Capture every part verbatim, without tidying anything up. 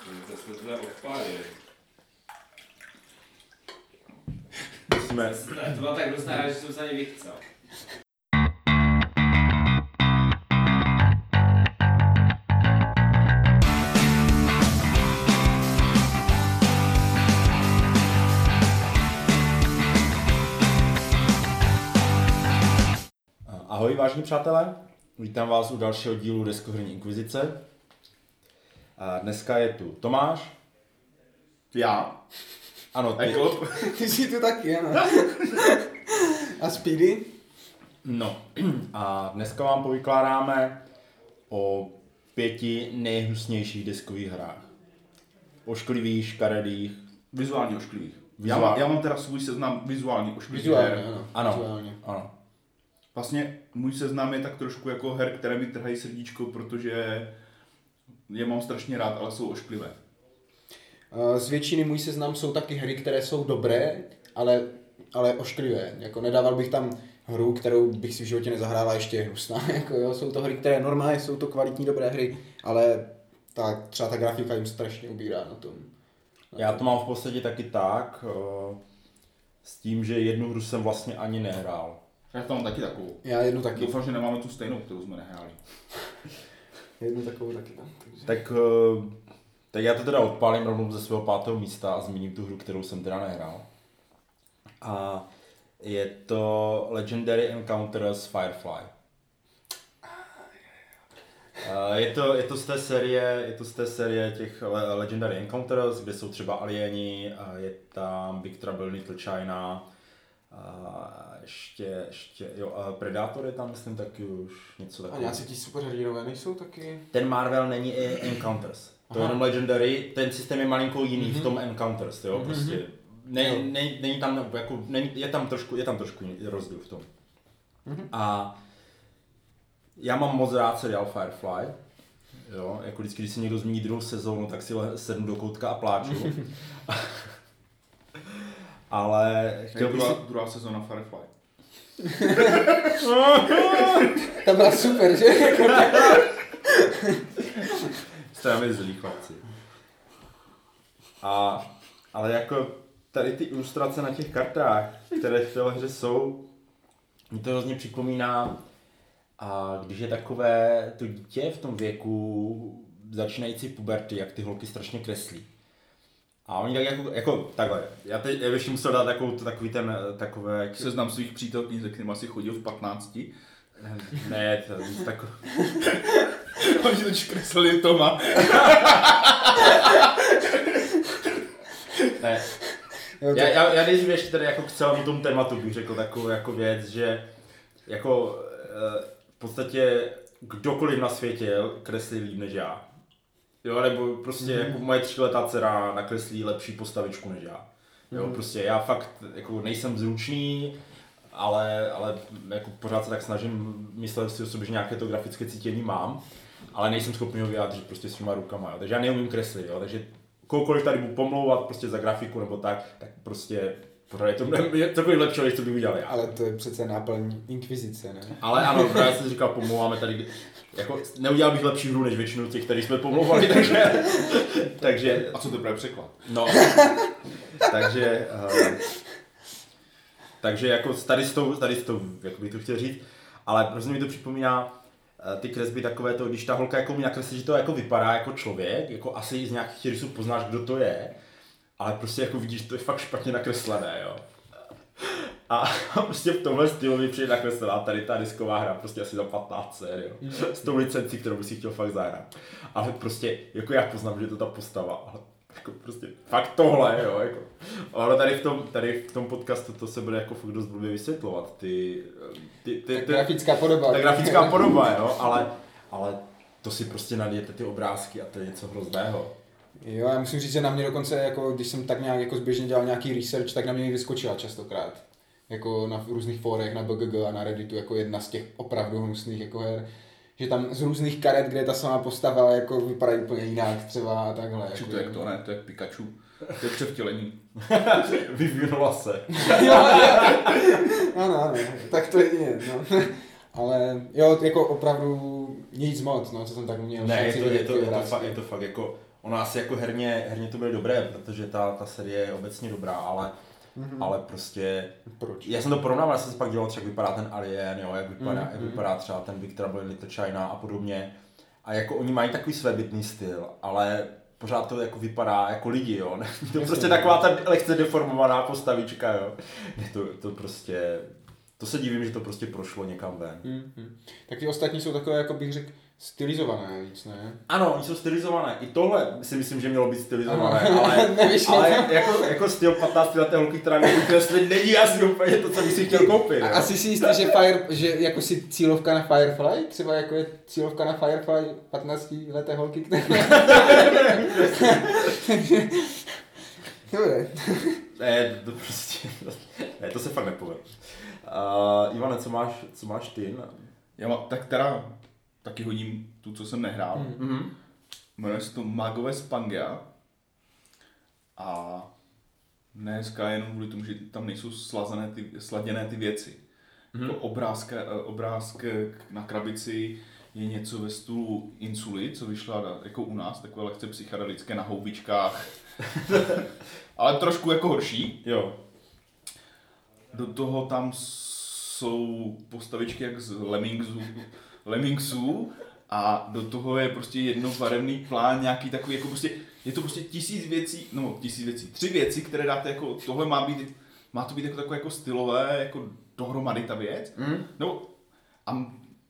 To jsme teda odpálili. Jsme... To byla tak hrozná, že jsem se ani vychcel. Ahoj vážení přátelé, vítám vás u dalšího dílu Deskoherní inkvizice. A dneska je tu Tomáš. Já. Ano, ty. Jako, ty jsi tu taky, ano. A Speedy? No, a dneska vám povykládáme o pěti nejhnusnějších deskových hrách. Ošklivých, škaredých. Vizuálně ošklivých. Já, Vizuál- mám, já mám teda svůj seznam vizuálně ošklivých Vizuálně, her. ano. Ano, Vizuálně. ano. Vlastně můj seznam je tak trošku jako her, které mi trhají srdíčko, protože je mám strašně rád, ale jsou ošklivé. Z většiny můj seznam jsou taky hry, které jsou dobré, ale, ale ošklivé. Jako nedával bych tam hru, kterou bych si v životě nezahrál, ještě je hnusná. Jako, jo, jsou to hry, které normálně jsou to kvalitní dobré hry, ale ta, třeba ta grafika jim strašně ubírá na tom. Na Já tom. to mám v podstatě taky tak, uh, s tím, že jednu hru jsem vlastně ani nehrál. Já to mám taky takovou. Já jednu taky. Doufám, že nemáme tu stejnou, kterou jsme nehráli. Jednu takovou taky tam. Takže. Tak, uh, tak já to teda odpálím rovnou ze svého pátého místa a zmíním tu hru, kterou jsem teda nehrál. A je to Legendary Encounters Firefly. Uh, je, to, je to z té série, je to z té série těch Legendary Encounters, kde jsou třeba alieni, uh, je tam Big Trouble in Little China, uh, ještě, ještě, jo, uh, Predator je tam, myslím, taky už něco A takového. nějací ti superhrdinové nejsou taky? Ten Marvel není i Encounters. To je Aha. jenom Legendary, ten systém je malinko jiný Mhm. v tom Encounters, jo, Mhm. prostě. Ne, Jo. ne, není tam, jako, není, je tam trošku, je tam trošku rozdíl v tom. Mhm. A já mám moc rád seriál Firefly, jo, jako vždycky, když si někdo zmíní druhou sezónu, tak si le- sednu do koutka a pláču. Ale chtěl Jak bych si... druhá, druhá sezóna Firefly. Ta byla super, že? Jste na mě zlí chlapci. A, ale jako tady ty ilustrace na těch kartách, které v té hře jsou, mi to hrozně připomíná, a když je takové to dítě v tom věku začínající puberty, jak ty holky strašně kreslí. A oni tak jako, jako takhle, já teď já bych musel dát takovou, takový ten, takové... Jak... Seznam svých přítelkyní, se kterým asi chodil v patnácti. Ne, to je takové... Oni totiž kreslili Toma. Ne. Jo, Já, já, já nejdřív ještě tady jako k celému tomu tématu bych řekl takovou jako věc, že jako e, v podstatě kdokoliv na světě kreslí líp než já. Jo, nebo prostě mm-hmm. jako moje tříletá dcera nakreslí lepší postavičku než já. Jo, mm-hmm. prostě já fakt jako nejsem zručný, ale, ale jako pořád se tak snažím myslet si o sobě, že nějaké to grafické cítění mám, ale nejsem schopný ho vyjádřit prostě svýma rukama, jo. Takže já neumím kreslit, jo, takže kohokoliv tady budu pomlouvat prostě za grafiku nebo tak, tak prostě pořád je to, je to bylo lepší, než co bych udělal já. Ale to je přece náplň inkvizice, ne? Ale ano, právě jsem říkal, pomlouváme tady, jako neudělal bych lepší hru než většinu těch, kterých jsme pomlouvali, takže, takže, A co to bude překlad? no, takže, uh, takže jako tady s tou, tady s tou, jak bych to chtěl říct, ale hrozně mi to připomíná uh, ty kresby takové to, když ta holka jako mi nakreslí, že to jako vypadá jako člověk, jako asi z nějakých rysů poznáš, kdo to je, ale prostě jako vidíš, to je fakt špatně nakreslené, jo. A prostě v tomhle stylu mi přijde nakreslená tady ta disková hra, prostě asi za patnáct sér, jo. S tou licencí, kterou bych si chtěl fakt zahrát. Ale prostě, jako já poznám, že je to ta postava, ale jako prostě fakt tohle, jo, jako. Ale tady v tom, tady v tom podcastu to se bude jako fakt dost blbě vysvětlovat, ty, ty, ty, ty Ta grafická podoba. ta grafická podoba, jo, ale, ale to si prostě nalijete ty obrázky a to je něco hrozného. Jo, já musím říct, že na mě dokonce, jako, když jsem tak nějak jako zběžně dělal nějaký research, tak na mě vyskočila častokrát. Jako na různých fórech, na B G G a na Redditu, jako jedna z těch opravdu hnusných jako her. Že tam z různých karet, kde ta samá postava jako vypadá úplně jinak třeba a takhle. Či Jako, to jak to ne, to je Pikachu. To je převtělení. Vyvinula se. jo, ano, ano, tak to je jiné, no. Ale jo, jako opravdu Nic moc, no, co jsem tak měl. Ne, je šanci to, je vidět to, ty je to, obrázky. fakt, je to fakt jako, ono asi jako herně, herně to bylo dobré, protože ta, ta série je obecně dobrá, ale, mm-hmm. ale prostě, Proč? já jsem to porovnával, já jsem si pak dělal, jak vypadá ten Alien, jo, jak vypadá, Mm-hmm. jak vypadá třeba ten Big Trouble in Little China a podobně. A jako oni mají takový svébytný styl, ale pořád to jako vypadá jako lidi, jo. To je prostě taková ta lehce deformovaná postavička, jo. Je to, to prostě, to se divím, že to prostě prošlo někam ven. Mm-hmm. Tak ty ostatní jsou takové, jako bych řekl, stylizované víc, ne? Ano, oni jsou stylizované. I tohle si myslím, že mělo být stylizované, Ano. ale, Nevyšlo ale to. jako, jako styl patnáctileté holky, která mě vykreslí, není asi úplně to, co bych si chtěl koupit. A Jo. asi si jistý, že, Fire, že jako si cílovka na Firefly, třeba jako je cílovka na Firefly patnáctileté holky, které... Dobré. Ne, to prostě, ne, to se fakt nepovede. Uh, Ivane, co máš, co máš ty? Já mám, tak teda taky hodím tu, co jsem nehrál. Mm. Mm-hmm. Jmenuje se to Magové z Pangaea. A dneska jenom kvůli tomu, že tam nejsou slazené ty, sladěné ty věci. Mm. Jako obrázka, obrázk na krabici je něco ve stylu Insuly, co vyšla jako u nás, takové lehce psychedelické na houbičkách. Ale trošku jako horší. Jo. Do toho tam jsou postavičky jak z Lemmingsů, Lemmingsů a do toho je prostě jednobarevný plán, nějaký takový jako prostě, je to prostě tisíc věcí, no tisíc věcí, tři věci, které dáte jako, tohle má být, má to být jako takové jako stylové, jako dohromady ta věc, Mm. no a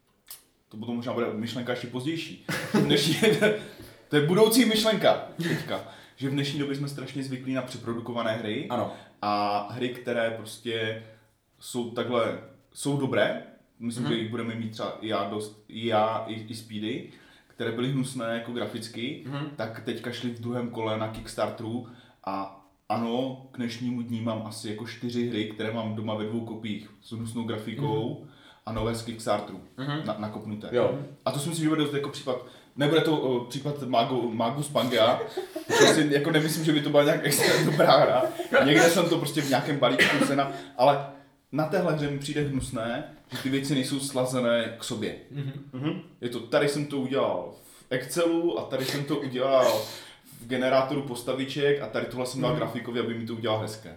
to potom možná bude myšlenka ještě pozdější. Dnešní, to je budoucí myšlenka teďka, že v dnešní době jsme strašně zvyklí na přeprodukované hry. Ano. A hry, které prostě jsou takhle, jsou dobré, myslím, mm-hmm. že jich budeme mít třeba i já dost, i já, i, i Speedy, které byly hnusné jako graficky, mm-hmm. tak teďka šly v druhém kole na Kickstarteru a ano, k dnešnímu dní mám asi jako čtyři hry, které mám doma ve dvou kopiích s hnusnou grafikou mm-hmm. a nové z Kickstarteru mm-hmm. na, nakopnuté. Jo. A to si myslím, že bude dost jako případ. Nebude to uh, případ Magu, Magu z Pangaea, protože si jako nemyslím, že by to byla nějak extra dobrá hra. Někde jsem to prostě v nějakém balíčku cena, ale na téhle hře mi přijde hnusné, že ty věci nejsou slazené k sobě. Mm-hmm. Je to, tady jsem to udělal v Excelu a tady jsem to udělal v generátoru postaviček a tady tohle jsem dal mm-hmm. grafikově, aby mi to udělal hezké.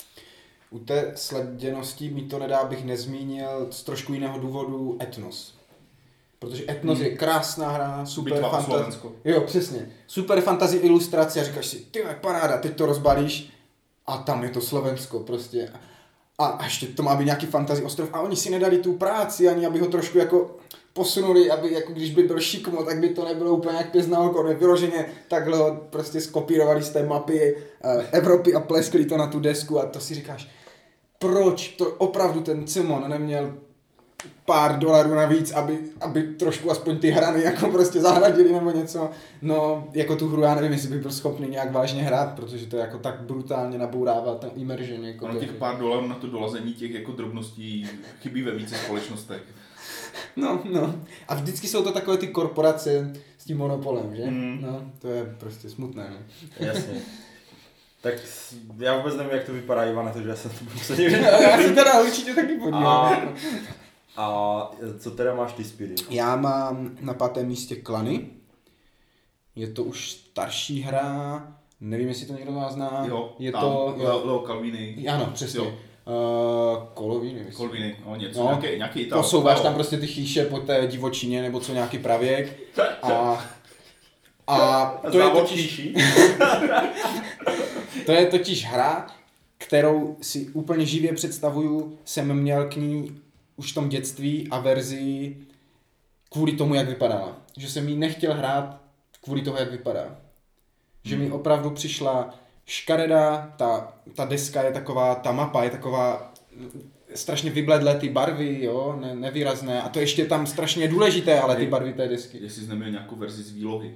U té sleděnosti mi to nedá, bych nezmínil z trošku jiného důvodu Etnos. Protože Etnos hmm. je krásná hra, super fantasy. Jo, přesně. Super fantasy ilustrace a říkáš si, ty paráda, teď to rozbalíš a tam je to Slovensko prostě. A, a ještě to má být nějaký fantasy ostrov a oni si nedali tu práci ani, aby ho trošku jako posunuli, aby jako když by byl šikmo, tak by to nebylo úplně jak pěst na oko, nevyloženě takhle ho prostě skopírovali z té mapy uh, Evropy a pleskli to na tu desku a to si říkáš, proč to opravdu ten Simon neměl pár dolarů navíc, aby, aby trošku aspoň ty hrany jako prostě zahradili nebo něco. No, jako tu hru já nevím, jestli bych byl schopný nějak vážně hrát, protože to jako tak brutálně nabourává ten immersion. Jako ono těch pár dolarů na to dolazení těch jako drobností chybí ve více společnostech. No, no. A vždycky jsou to takové ty korporace s tím monopolem, že? Mm. No, to je prostě smutné. No. Jasně. Tak já vůbec nevím, jak to vypadá, Ivane, takže já jsem to budu se někde. Já si teda určitě taky podívám. A, a co teda máš ty, Speedy? Já mám na pátém místě Klany. Je to už starší hra, nevím, jestli to někdo má zná. Jo, je tam, to... Leo, Leo Calvini. Ano, přesně. Jo. Uh, Koloviny, myslím. Kolviny, no něco, No, nějaký, nějaký Ital. Posouváš tam prostě ty chýše po té divočině, nebo co nějaký pravěk. A, a to je totiž... To je totiž hra, kterou si úplně živě představuju, jsem měl k ní už v tom dětství a verzi kvůli tomu, jak vypadala. Že jsem ji nechtěl hrát kvůli toho, jak vypadá. Že mi opravdu přišla škaredá, ta, ta deska je taková, ta mapa je taková strašně vybledlé ty barvy, jo, ne, nevýrazné. A to ještě tam strašně důležité, ale ty barvy té desky. Jestli jsi neměl nějakou verzi z výlohy.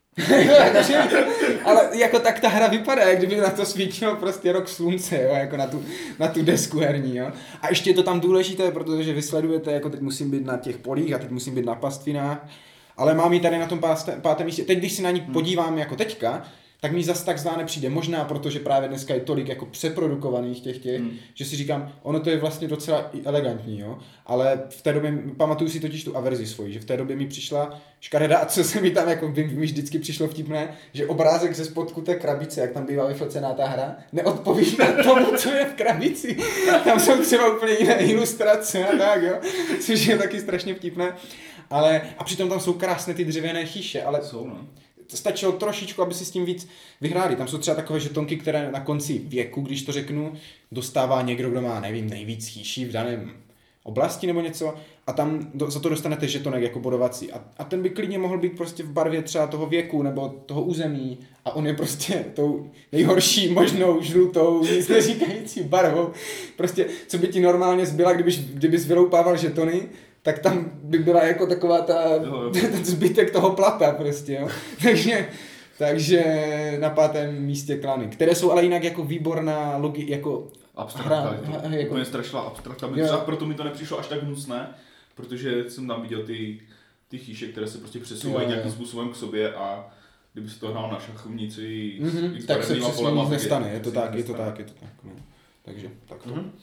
Ale jako tak ta hra vypadá, jak kdyby na to svítilo prostě rok slunce, jo, jako na tu, na tu desku herní, jo. A ještě je to tam důležité, protože vy sledujete, jako teď musím být na těch polích a teď musím být na pastvinách, ale mám ji tady na tom pátém, pátém místě. Teď, když si na ní podívám jako teďka, tak mi zas tak zlá nepřijde. Možná protože právě dneska je tolik jako přeprodukovaných těch těch, Hmm. že si říkám, ono to je vlastně docela i elegantní, jo. Ale v té době, pamatuju si totiž tu averzi svoji, že v té době mi přišla škaredá, a co se mi tam jako mi, mi vždycky přišlo vtipné, že obrázek ze spodku té krabice, jak tam bývá vyfocená ta hra, neodpovídá tomu, co je v krabici. Tam jsou třeba úplně jiné ilustrace a tak, jo. Což je taky strašně vtipné. Ale, a přitom tam jsou krásné ty dřevěné chýše, ale Jsou, no. stačilo trošičku, aby si s tím víc vyhráli. Tam jsou třeba takové žetonky, které na konci věku, když to řeknu, dostává někdo, kdo má, nevím, nejvíc chýší v daném oblasti nebo něco a tam do, za to dostanete žetonek jako bodovací. A, a ten by klidně mohl být prostě v barvě třeba toho věku nebo toho území a on je prostě tou nejhorší možnou žlutou, nic neříkající barvou. Prostě, co by ti normálně zbyla, kdybys, kdybys vyloupával žetony, tak tam by byla jako taková ta, ten zbytek toho plata prostě, jo. Takže, takže na pátém místě klany, které jsou ale jinak jako výborná logi, jako Abstrakta, je to hra, jako, úplně strašná abstrakta. Jo. Třeba proto mi to nepřišlo až tak hnusné, protože jsem tam viděl ty, ty chýše, které se prostě přesouvají Jo, jo. nějakým způsobem k sobě a kdyby se to hrál na šachovnici mm-hmm, s tak se barevnýma přesně polema, nic tak nestane, je to se tak, nic je to nestane. tak, je to tak. No. Takže tak to. Mhm.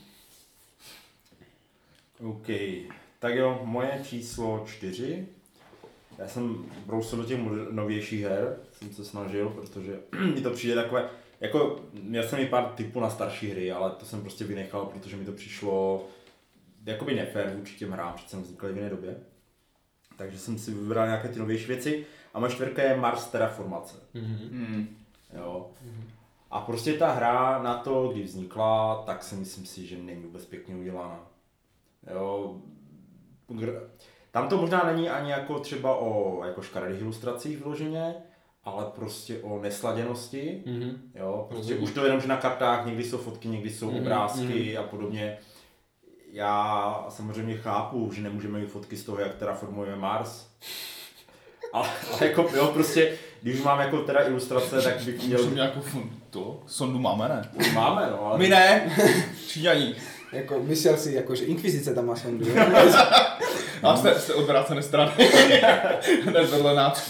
OK, tak jo, moje číslo čtyři. Já jsem brousil do těch moder- novějších her, jsem se snažil, protože mi to přijde takové, jako měl jsem i pár tipů na starší hry, ale to jsem prostě vynechal, protože mi to přišlo jakoby nefér vůči těm hrám, protože jsem vznikl v jiné době. Takže jsem si vybral nějaké ty novější věci a moje čtvrka je Mars Terraformace. Mm-hmm. Hmm. Jo. A prostě ta hra na to, kdy vznikla, tak si myslím si, že není vůbec pěkně udělána. Jo. Gr- Tam to možná není ani jako třeba o jako škaredých ilustracích vloženě, ale prostě o nesladěnosti. Mm-hmm. Jo. Prostě Rozumím. už to jenom, že na kartách někdy jsou fotky, někdy jsou Mhm, obrázky a podobně. Já samozřejmě chápu, že nemůžeme mít fotky z toho, jak terraformujeme Mars. Ale, ale jako, jo, prostě, když máme jako teda ilustrace, tak bych měl... Měl... nějakou fun- to, sondu máme, ne? Máme, no, ale... My ne, Číňaní. Jako, myslel si, jako, že inkvizice tam má sondu. A jste, jste odvrácené strany. Hned vedle nácku.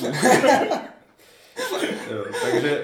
Jo, takže...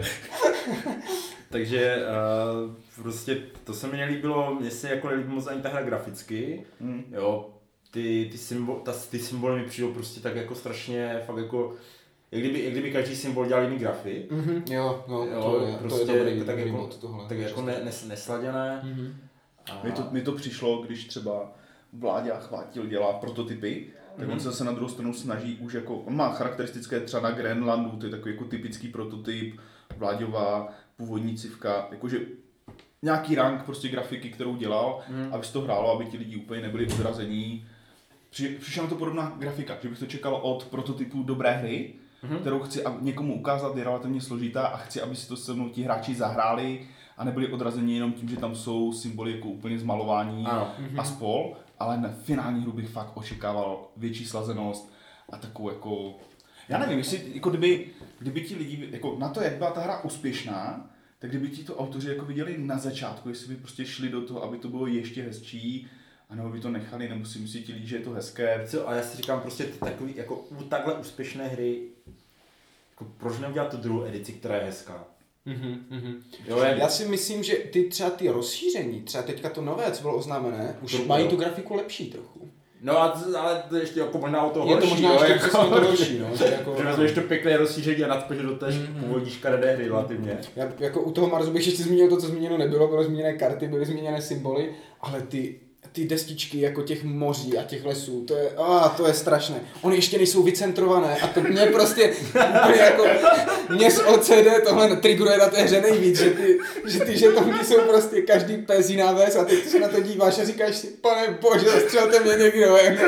Takže uh, prostě to se mi nelíbilo, mně se jako nelíbí moc ani ta hra graficky, Hmm. jo, ty, ty, symbol, ta, ty symboly mi přijdou prostě tak jako strašně, fakt jako, jak kdyby, jak kdyby každý symbol dělal jiný grafy, Mm-hmm, jo, no, jo, to je, prostě to je dobrý, tak dobrý jako, mod tohle. tak jako ne, nes, nesladěné. Mm-hmm. A, Mně to, mně to přišlo, když třeba Vláďa Chvátil dělá prototypy, tak on se zase na druhou stranu snaží už jako, on má charakteristické třeba na Grenlandu, to je takový jako typický prototyp, Vláďová původní civka, jakože nějaký rank prostě grafiky, kterou dělal, Mm. aby se to hrálo, aby ti lidi úplně nebyli odrazení. Při, přišla mi to podobná grafika, že bych to čekal od prototypu dobré hry, Mhm. kterou chci a někomu ukázat, je relativně složitá a chci, aby si to se mnou ti hráči zahráli a nebyli odrazeni jenom tím, že tam jsou symboly jako úplně zmalování Ano. a spol, ale na finální hru bych fakt očekával větší slazenost a takovou jako, já nevím, jestli, jako kdyby, kdyby ti lidi, jako na to, jak byla ta hra úspěšná, tak kdyby ti to autoři jako viděli na začátku, jestli by prostě šli do toho, aby to bylo ještě hezčí, anebo by to nechali, nebo si myslí ti lidi, že je to hezké. Co, a já si říkám prostě ty takový, jako u takhle úspěšné hry, jako proč neudělat tu druhou edici, která je hezká? Mm-hmm, mm-hmm. Jo, jak, Já si myslím, že ty třeba ty rozšíření, třeba teďka to nové, co bylo oznámené, už To mají bylo. tu grafiku lepší trochu. no a, ale to ještě jako možná o to Je horší, to možná jo, ještě jako, přesně to horší, no. Že jako, že vezmeš to pěkné rozšíření a nadpeš do té Mhm. původní škaredé hry relativně. já, jako u toho Marsu bych ještě zmínil to, co zmíněno nebylo, byly zmíněné karty, byly zmíněné symboly, ale ty, ty destičky jako těch moří a těch lesů, to je, ah, to je strašné. Oni ještě nejsou vycentrované a to mě prostě úplně jako, mě z O C D tohle triggeruje na té hře nejvíc, že ty, že ty žetonky jsou prostě každý pes jiná ves a teď se na to díváš a říkáš si, pane bože, zastřelte mě někdo. Jako,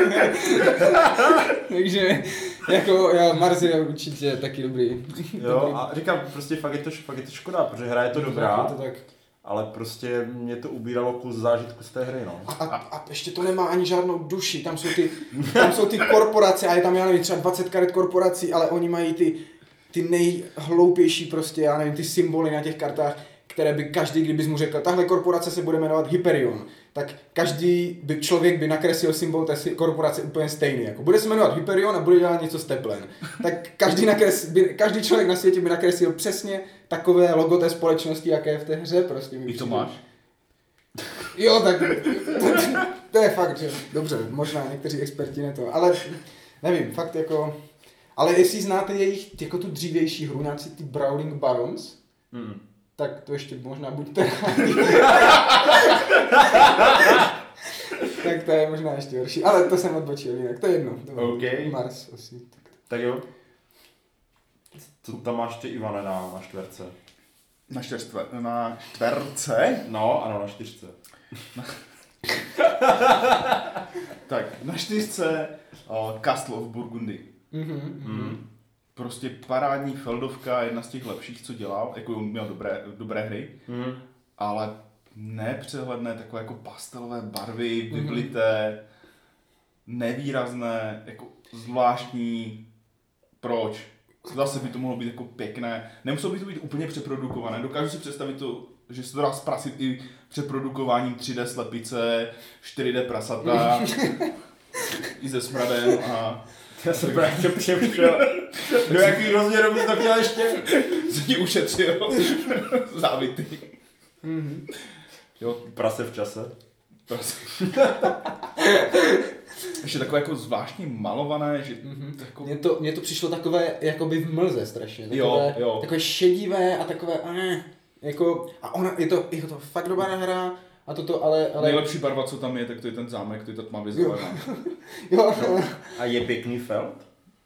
takže jako já, Mars je určitě taky dobrý. Jo, a říkám, prostě fakt je to, fakt je to škoda, protože hra je to dobrá, Je to tak. ale prostě mě to ubíralo kus zážitku z té hry, no. A, a, a ještě to nemá ani žádnou duši, tam jsou ty, tam jsou ty korporace a je tam, já nevím, třeba dvacet karet korporací, ale oni mají ty, ty nejhloupější prostě, já nevím, ty symboly na těch kartách, které by každý, kdybys mu řekl, tahle korporace se bude jmenovat Hyperion, tak každý by člověk by nakreslil symbol té korporace úplně stejný. Jako bude se jmenovat Hyperion a bude dělat něco s teplem. Tak každý, nakres, by, každý člověk na světě by nakreslil přesně takové logo té společnosti, jaké je v té hře. Prostě I to máš? Jo, tak to, to je fakt, že dobře, možná někteří experti ne to, ale nevím, fakt jako, ale jestli znáte jejich, jako tu dřívější hru, nějaký ty Brawling Barons, Mm. tak to ještě možná buďte tak to je možná ještě horší, ale to jsem odbočil jinak, to je jedno. To OK. Mars asi. Tak, Tak jo. Co tam máš ty, Ivane, na, na čtverce? Na čtverce? Na čtverce? No, ano, na čtyřce. Tak, na čtyřce uh, Castle of Burgundy. mhm, mhm. Mm. Prostě parádní feldovka, jedna z těch lepších, co dělal, jako on měl dobré, dobré hry, Mm. ale nepřehledné, takové jako pastelové barvy, vyblité, nevýrazné, jako zvláštní. Proč? Zase by to mohlo být jako pěkné. Nemuselo by to být úplně přeprodukované. Dokážu si představit to, že se to dá zprasit i přeprodukováním tři dé slepice, čtyři dé prasata, i se smradem a... Já jsem právě přemýšlel, do jakých rozměrů bys to chtěl ještě? Se ti ušetřil závity. Mhm. Jo, Prase v čase. prostě. Ještě takové jako zvláštně malované, že Mhm. jako... Mně to, mně to přišlo takové, jakoby v mlze strašně, takové, Jo, jo. takové šedivé a takové, eh, jako, a ona, je to, je to fakt dobrá hra, a toto, ale, ale, Nejlepší barva, co tam je, tak to je ten zámek, to je ta tmavě zelená. jo, A je pěkný felt?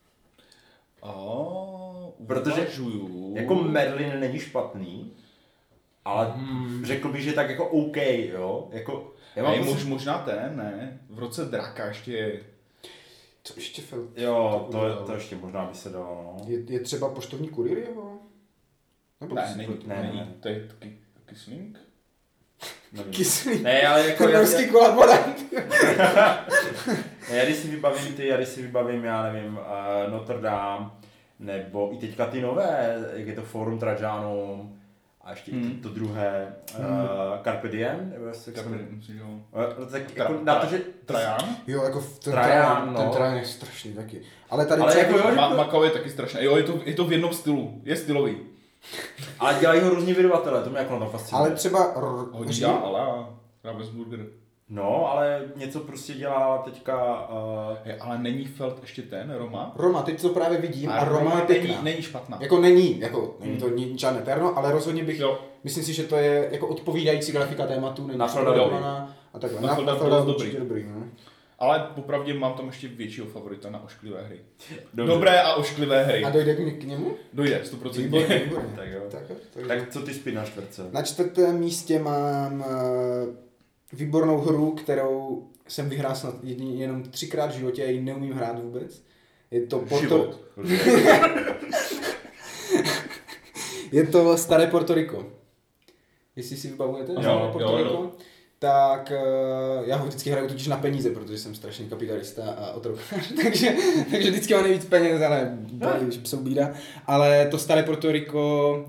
Oh, Protože uvažuju. Jako Merlin není špatný, ale Hmm. řekl bych, že tak jako OK, jo? Jako, já mám Hej, pocit- mož, možná ten, ne? V roce Draka ještě je... co ještě fel, Jo, to to, udělal. to ještě možná by se dalo, no. je, je třeba poštovní kurýr jeho? Nebo Ne, to si není, pletu? ne, není, ne. to je taky kyslík? Nevím. Kyslý, Ne, ale jako já, norský já, kolaborant. ne, já když si vybavím ty, já když si vybavím, já nevím, uh, Notre Dame, nebo i teďka ty nové, jak je to Forum Trajanum, a ještě Hmm. i to, to druhé, uh, Carpe Diem, nebo jak se Tak jmenuje? myslím, že jo. Uh, tak Tra- jako na to, že... Trajan? Jo, jako v- ten Trajan, Trajan, no. ten Trajan je strašný taky. Ale tady Ale třeba, jako jo, že- Ma- Macau je taky strašné. Jo, je to, je to v jednom stylu. Je stylový. Ale dělají ho různí vydavatelé, to mě jako na to fascinuje. ale třeba r- Hodí Řím- já, ale Ravensburger. No, ale něco prostě dělá teďka... Uh, Je, ale není Feld ještě ten, Roma? Roma, teď to právě vidím a, Roma je není, pěkná. není špatná. Jako není, jako není to ni- žádné terno, ale rozhodně bych, Jo. myslím si, že to je jako odpovídající grafika tématu, není Na Felda zprogramovaná a takhle. Na Na, Felda na Felda dost určitě dobrý. dobrý, no. Ale popravdě mám tam ještě většího favorita na ošklivé hry. Dobře. Dobré a ošklivé hry. A dojde k, k němu? Dojde, sto procent. Výborně, výborně. tak jo. Tak, jo, tak, Tak co ty spí na čtvrtce? Na čtvrtém místě mám uh, výbornou hru, kterou jsem vyhrál snad jedině, jenom třikrát v životě, já ji neumím hrát vůbec. Je to Porto... Život. Je to Staré Porto Rico. Jestli si vybavujete Jo, Staré jo, Porto Rico, jo. tak uh, já ho vždycky hraju totiž na peníze, protože jsem strašný kapitalista a otrokář, takže, takže vždycky mám nejvíc peněz, ale baví, že jsou bída. Ale to Staré Porto Rico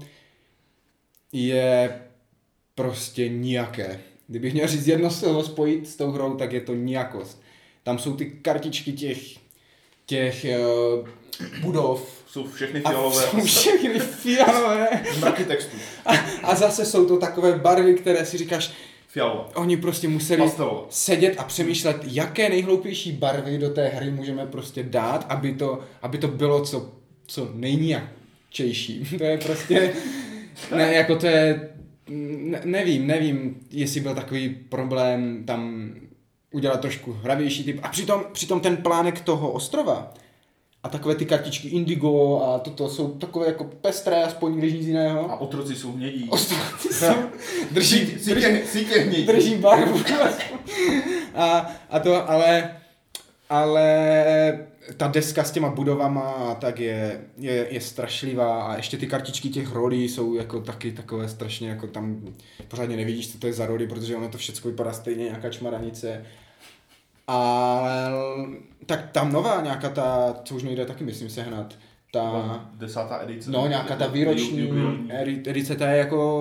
je prostě nijaké. Kdybych měl říct jedno slovo spojit s tou hrou, tak je to nijakost. Tam jsou ty kartičky těch, těch uh, budov, Jsou všechny a fialové. jsou všechny fialové. Mraky textů. A, a zase jsou to takové barvy, které si říkáš, Fialová. oni prostě museli Pastelová. sedět a přemýšlet, jaké nejhloupější barvy do té hry můžeme prostě dát, aby to, aby to bylo co, co nejnijačejší. To je prostě, ne, jako to je, ne, nevím, nevím, jestli byl takový problém tam udělat trošku hravější typ. A přitom, přitom ten plánek toho ostrova a takové ty kartičky Indigo a toto jsou takové jako pestré, aspoň když nic jiného. A otroci jsou hnědí. Ostrovci jsou, drží, Sítě, drží, sítě hnědí. drží barvu. A, a to, ale, ale ta deska s těma budovama tak je, je, je strašlivá a ještě ty kartičky těch rolí jsou jako taky takové strašně, jako tam pořádně nevidíš, co to je za roli, protože ono to všechno vypadá stejně, nějaká čmaranice. Ale tak tam nová nějaká ta, co už nejde taky myslím sehnat, ta... Desátá edice. No, nějaká ta výroční Jubilejní. edi- edice, ta je jako,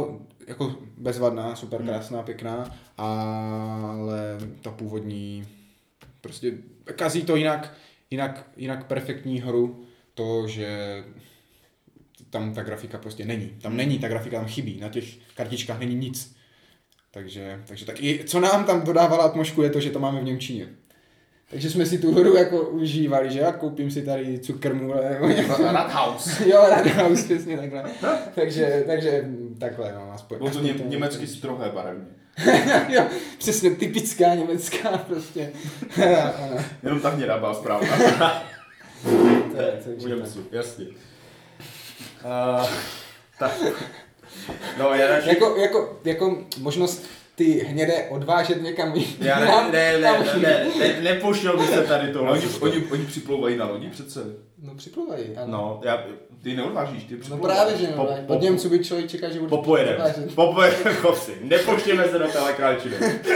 jako bezvadná, super krásná, pěkná, ale ta původní prostě kazí to jinak, jinak, jinak perfektní hru, to, že tam ta grafika prostě není. Tam není, ta grafika tam chybí, na těch kartičkách není nic. Takže, takže tak i co nám tam dodávalo atmosféru je to, že to máme v němčině. Takže jsme si tu hru jako užívali, že já koupím si tady cukrmule nebo něco. Rathaus. Jo, Rathaus, přesně takhle. takže, takže takhle, no, aspoň. Bylo to ně, německy strohé barevně. Jo, přesně typická německá prostě. Ano. Jenom tak mě byla správná. To je, takže U Němců, jasně. Uh, tak. No, já radši... jako, jako, jako možnost ty hnědé odvážet někam jinam. Já ne, ne, ne, ne, ne, ne, nepouštěl bych se tady tohle. Oni, oni, oni připlouvají na lodi přece. No připlouvají, ano. No, já... Ty neodvážíš, ty No připlouvají. právě, že Po- no, po- od Němců by člověk čekal, že bude Popojedem, odvážet. popojedem, chovci, nepouštěme se do téhle králčiny.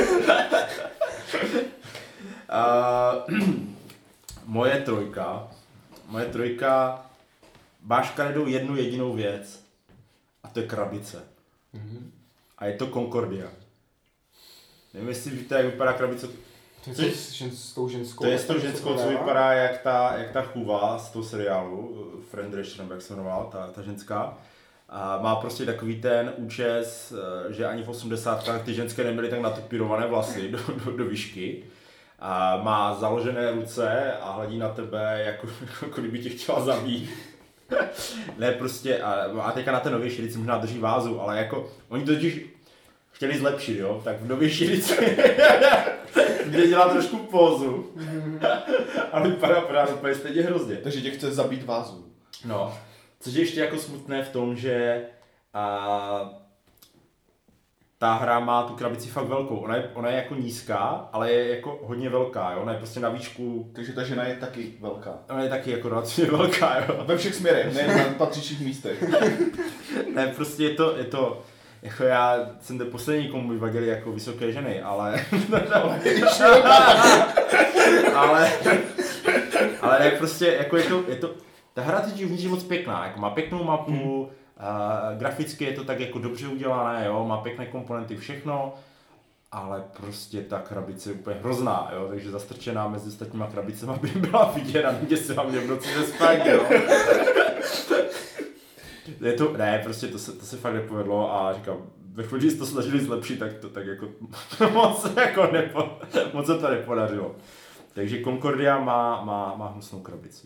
uh, moje trojka, moje trojka má škaredou jednu jedinou věc a to je krabice. Mm-hmm. A je to Concordia. Nevím, jestli víte, jak vypadá krabice. To je s, žen, s tou ženskou. To je s tou ženskou, co vypadá jak ta, jak ta chůva z toho seriálu, Fran Drescher, nebo jak se jmenovala, ta, ta ženská. A má prostě takový ten účes, že ani v osmdesátkách ty ženské neměly tak natupírované vlasy do, do, do výšky. A má založené ruce a hledí na tebe, jako, jako kdyby tě chtěla zabít. Ne, prostě, a, a teďka na té novější lice možná drží vázu, ale jako, oni totiž chtěli zlepšit, jo, tak v novější lice mě dělá trošku pózu, ale vypadá právě úplně stejně hrozně. Takže tě chce zabít vázu. No, což je ještě jako smutné v tom, že a, ta hra má tu krabici fakt velkou, ona je, ona je jako nízká, ale je jako hodně velká, jo, ona je prostě na výšku, Takže ta žena je taky velká. ona je taky jako relativně velká, jo. Ve všech směrech, ne na patřičných místech. Ne, prostě je to, je to, jako já jsem ten poslední, komu by vadili jako vysoké ženy, ale, ale, ale ne, prostě, jako je to, je to, ta hra teď je moc pěkná, jako má pěknou mapu, a graficky je to tak jako dobře udělané, jo, má pěkné komponenty, všechno, ale prostě ta krabice je úplně hrozná, jo, takže zastrčená mezi ostatníma krabicema by byla vidět a neděsila mě v noci ze spánky, jo. Je to, ne, prostě to se, to se fakt nepovedlo a říkám, ve chvíli, že to snažili zlepšit, tak to tak jako moc, jako nepo, moc se to nepodařilo. Takže Concordia má, má, má hnusnou krabici.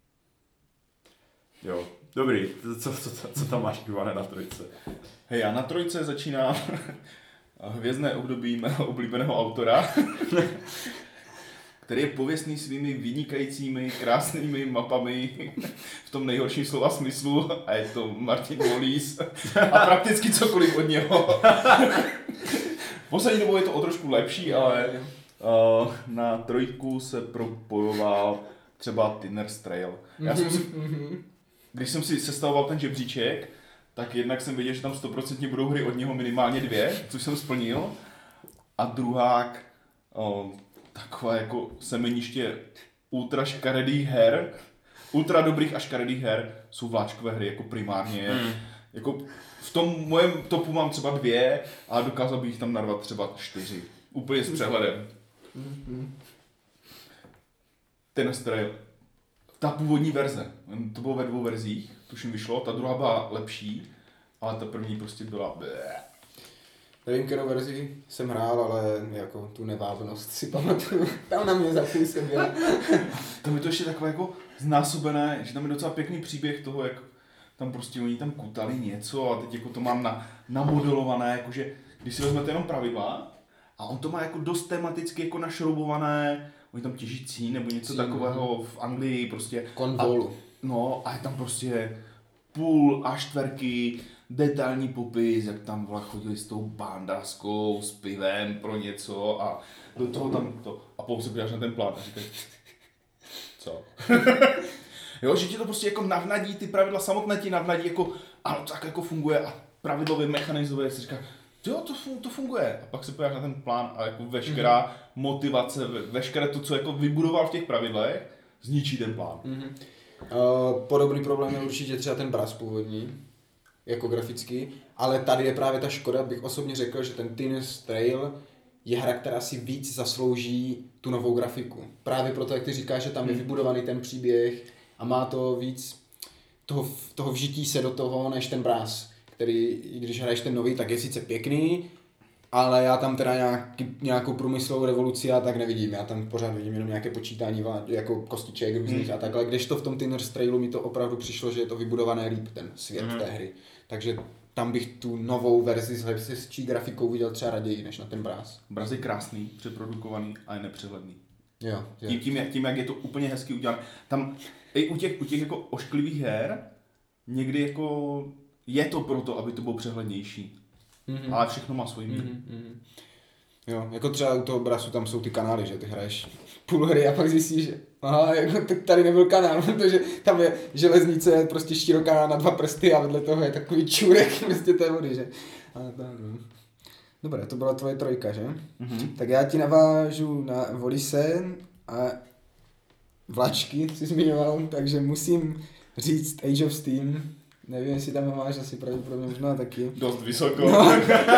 Jo, dobrý, co, co, co, co tam máš, Ivane, na trojce? Hej, já na trojce začínám hvězdné období mého oblíbeného autora, který je pověstný svými vynikajícími, krásnými mapami v tom nejhorším slova smyslu a je to Martin Wallace a prakticky cokoliv od něho. V poslední dobou je to o trošku lepší, ale uh, na trojku se propojoval třeba Tinner's Trail. Já jsem si, když jsem si sestavoval ten žebříček, tak jednak jsem věděl, že tam stoprocentně budou hry od něho minimálně dvě, což jsem splnil. A druhák, uh, takové jako semeniště ultra škaredých her, ultra dobrých a škaredých her jsou vláčkové hry jako primárně. Hmm. Jako v tom mojem topu mám třeba dvě a dokázal bych tam narvat třeba čtyři. Úplně s přehledem. Hmm. Ten Trail. Ta původní verze, to bylo ve dvou verzích, tuším vyšlo, ta druhá byla lepší, ale ta první prostě byla bleh. Nevím, kterou verzi jsem hrál, ale jako tu nevábnost si pamatuju. Tam na mě zapůsobila. Tam je to ještě takové jako znásobené, že tam je docela pěkný příběh toho, jak tam prostě oni tam kutali něco a teď jako to mám na, namodelované, jakože když si vezmete jenom pravidla a on to má jako dost tematicky jako našroubované, oni tam těží cín nebo něco cín, takového v Anglii prostě. Konvolu. No a je tam prostě půl a čtverky, detailní popis, jak tam vla chodili s tou bandaskou, s pivem pro něco a do toho tam to. A potom se podíváš na ten plán a říkáš, co? Jo, že ti to prostě jako navnadí, ty pravidla samotné ti navnadí, jako, ano, tak jako funguje a pravidlově mechanizuje, si říká, jo, to, to funguje. A pak se podíváš na ten plán a jako veškerá mm-hmm. motivace, veškeré to, co jako vybudoval v těch pravidlech, zničí ten plán. Mm-hmm. Uh, podobný problém je určitě třeba ten Brass původní. jako graficky, ale tady je právě ta škoda, bych osobně řekl, že ten Tinner's Trail je hra, která si víc zaslouží tu novou grafiku. Právě proto, jak ty říkáš, že tam je vybudovaný ten příběh a má to víc toho, toho vžití se do toho, než ten Brass, který, i když hraješ ten nový, tak je sice pěkný, ale já tam teda nějaký, nějakou průmyslovou revoluci já tak nevidím. Já tam pořád vidím jenom nějaké počítání jako kostiček různých a takhle. Kdežto v tom Tinner's Trailu mi to opravdu přišlo, že je to vybudované líp, ten svět mm. té hry. Takže tam bych tu novou verzi s hezčí grafikou viděl třeba raději, než na ten Brass. Brass je krásný, přeprodukovaný a je nepřehledný. Jo, jo. Tím, tím, jak, tím, jak je to úplně hezky udělané. Tam i u těch, u těch jako ošklivých her někdy jako je to proto, aby to bylo přehlednější. Mm-hmm. Ale všechno má svůj mír. Mm-hmm. Jo, jako třeba u toho Brassu tam jsou ty kanály, že ty hraješ půl hry a pak zjistíš, že aha, jako tady nebyl kanál, protože tam je železnice je prostě široká na dva prsty a vedle toho je takový čůrek prostě té vody, že. A tak, no. Dobré, to byla tvoje trojka, že? Mm-hmm. Tak já ti navážu na Volise a vlačky si zmiňoval, takže musím říct Age of Steam. Nevím, jestli tam máš asi pravděpodobně možná taky. Dost vysoko. No.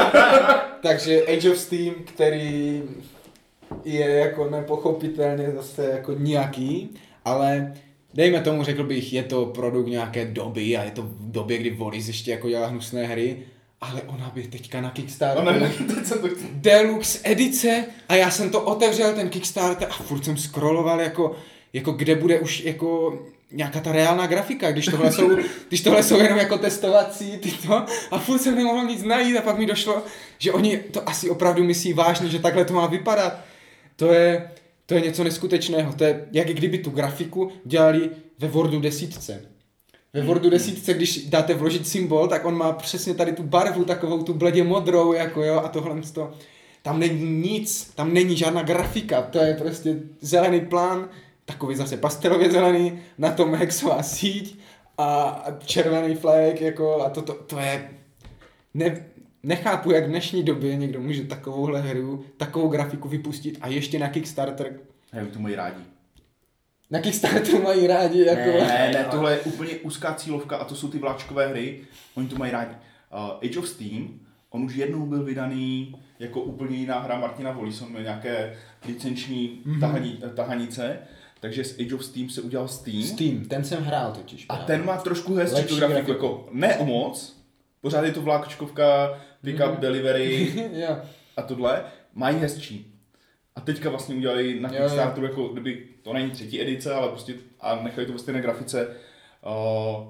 Takže Age of Steam, který je jako nepochopitelně zase jako nějaký, ale dejme tomu, řekl bych, je to produkt nějaké doby a je to v době, kdy Volis ještě jako dělá hnusné hry, ale ona by teďka na Kickstarter Deluxe edice a já jsem to otevřel, ten Kickstarter a furt jsem scrolloval jako, jako kde bude už jako nějaká ta reálná grafika, když tohle jsou, když tohle jsou jenom jako testovací tyto a furt jsem nemohl nic najít a pak mi došlo, že oni to asi opravdu myslí vážně, že takhle to má vypadat. To je, to je něco neskutečného, to je jak kdyby tu grafiku dělali ve Wordu desítce. Ve Wordu desítce, když dáte vložit symbol, tak on má přesně tady tu barvu, takovou tu bledě modrou, jako jo, a tohle to. Tam není nic, tam není žádná grafika, to je prostě zelený plán, takový zase pastelově zelený, na tom hexová síť a červený flag, jako, a to, to, to je... Ne, nechápu, jak v dnešní době někdo může takovouhle hru, takovou grafiku vypustit a ještě na Kickstarter. Hej, to mají rádi. Na Kickstarteru mají rádi, jako... Ne, ne, ne, tohle je úplně úzká cílovka a to jsou ty vláčkové hry, oni to mají rádi. Uh, Age of Steam, on už jednou byl vydaný jako úplně jiná hra Martina Volise, on měl nějaké licenční mm-hmm. tahani, tahanice, takže z Age of Steam se udělal Steam. Steam, ten jsem hrál totiž. A ten má trošku hezčí tu grafiku, jako ne o moc, pořád je to vláčkovka, pick-up, mm-hmm. delivery a tohle, mají hezčí. A teďka vlastně udělali na Kickstarteru, jako kdyby, to není třetí edice, ale prostě a nechali to ve stejné grafice. Uh,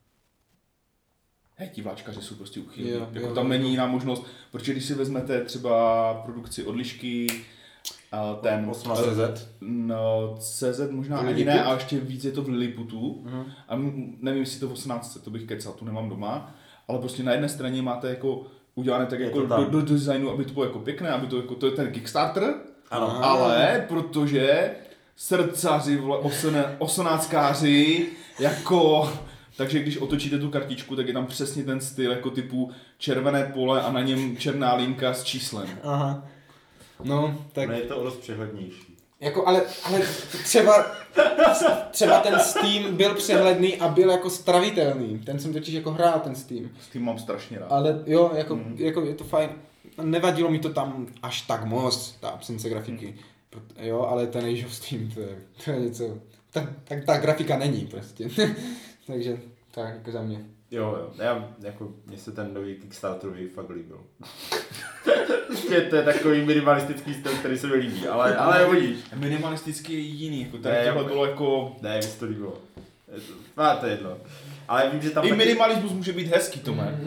hej, ti vláčkaři jsou prostě uchylní. Jako tam není jiná možnost, protože když si vezmete třeba produkci Odlišky, uh, ten osmnáct C Z. No, C Z možná ani ne, a ještě víc je to v Liliputu. Uh-huh. A nevím, jestli to osmnáct, to bych kecal, tu nemám doma. Ale prostě na jedné straně máte jako udělané tak jako do, do designu, aby to bylo jako pěkné, aby to jako, to je ten Kickstarter. Ano. Ale protože srdcaři, osmnáctkáři, jako, takže když otočíte tu kartičku, tak je tam přesně ten styl jako typu červené pole a na něm černá linka s číslem. Aha. No, tak... No je to o dost přehlednější. Jako, ale, ale třeba, třeba ten Steam byl přehledný a byl jako stravitelný. Ten jsem totiž jako hrál, ten Steam. Steam mám strašně rád. Ale jo, jako, mm. jako je to fajn. Nevadilo mi to tam až tak moc, ta absence grafiky. Mm. Jo, ale ten Age of Steam, to je, to je něco... Tak, tak ta grafika není prostě. Takže tak jako za mě. Jo, jo, já, jako, mně se ten nový Kickstarterový fakt líbil. To je takový minimalistický styl, který se mi líbí, ale, ale hodíš. Minimalistický je jiný, jako tady tohle bylo jako... Ne, mi se to líbilo. No, to je jedno. Ale vím, že tam i taky... minimalismus může být hezký, Tome.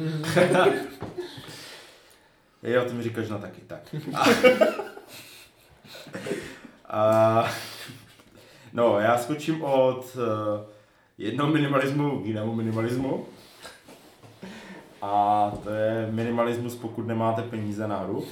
Jo, ty mi říkáš, no taky, tak. A... A... No, já skočím od uh, jednoho minimalismu k jinému minimalismu. A to je minimalismus, pokud nemáte peníze na hru.